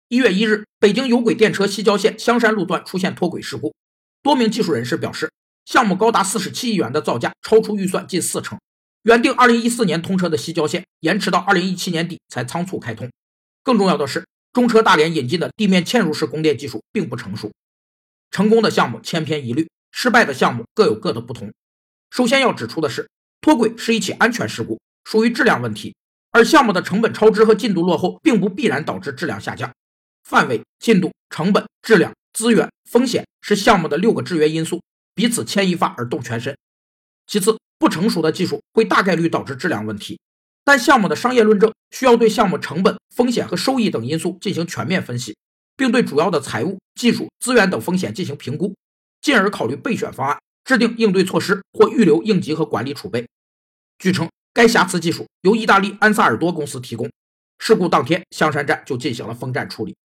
1月1日，北京有轨电车西郊线香山路段出现脱轨事故，多名技术人士表示，项目高达47亿元的造价超出预算近40%，原定2014年通车的西郊线延迟到2017年底才仓促开通。更重要的是，中车大连引进的地面嵌入式供电技术并不成熟。成功的项目千篇一律，失败的项目各有各的不同。首先要指出的是，脱轨是一起安全事故，属于质量问题，而项目的成本超支和进度落后并不必然导致质量下降。范围、进度、成本、质量、资源、风险是项目的6个制约因素，彼此牵一发而动全身。其次，不成熟的技术会大概率导致质量问题，但项目的商业论证需要对项目成本、风险和收益等因素进行全面分析，并对主要的财务、技术、资源等风险进行评估，进而考虑备选方案，制定应对措施或预留应急和管理储备。据称，该瑕疵技术由意大利安萨尔多公司提供，事故当天香山站就进行了封站处理。